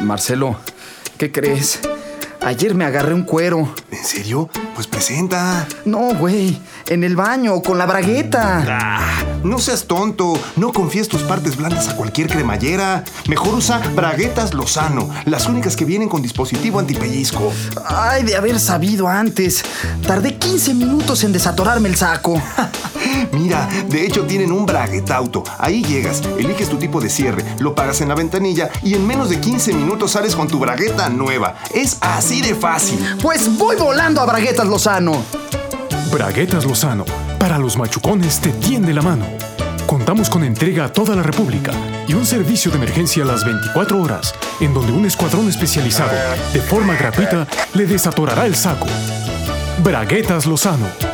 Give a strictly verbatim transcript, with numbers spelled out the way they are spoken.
Marcelo, ¿qué crees? Ayer me agarré un cuero. ¿En serio? Pues presenta. No, güey. En el baño, con la bragueta. Ah, no seas tonto. No confíes tus partes blandas a cualquier cremallera. Mejor usa Braguetas Lozano, las únicas que vienen con dispositivo antipellizco. Ay, de haber sabido antes. Tardé quince minutos en desatorarme el saco. Mira, de hecho tienen un braguetauto. Ahí llegas, eliges tu tipo de cierre, lo pagas en la ventanilla y en menos de quince minutos sales con tu bragueta nueva. Es así de fácil. Pues voy volando a Braguetas Lozano. Braguetas Lozano, para los machucones te tiende la mano. Contamos con entrega a toda la República y un servicio de emergencia a las veinticuatro horas, en donde un escuadrón especializado, de forma gratuita, le desatorará el saco. Braguetas Lozano.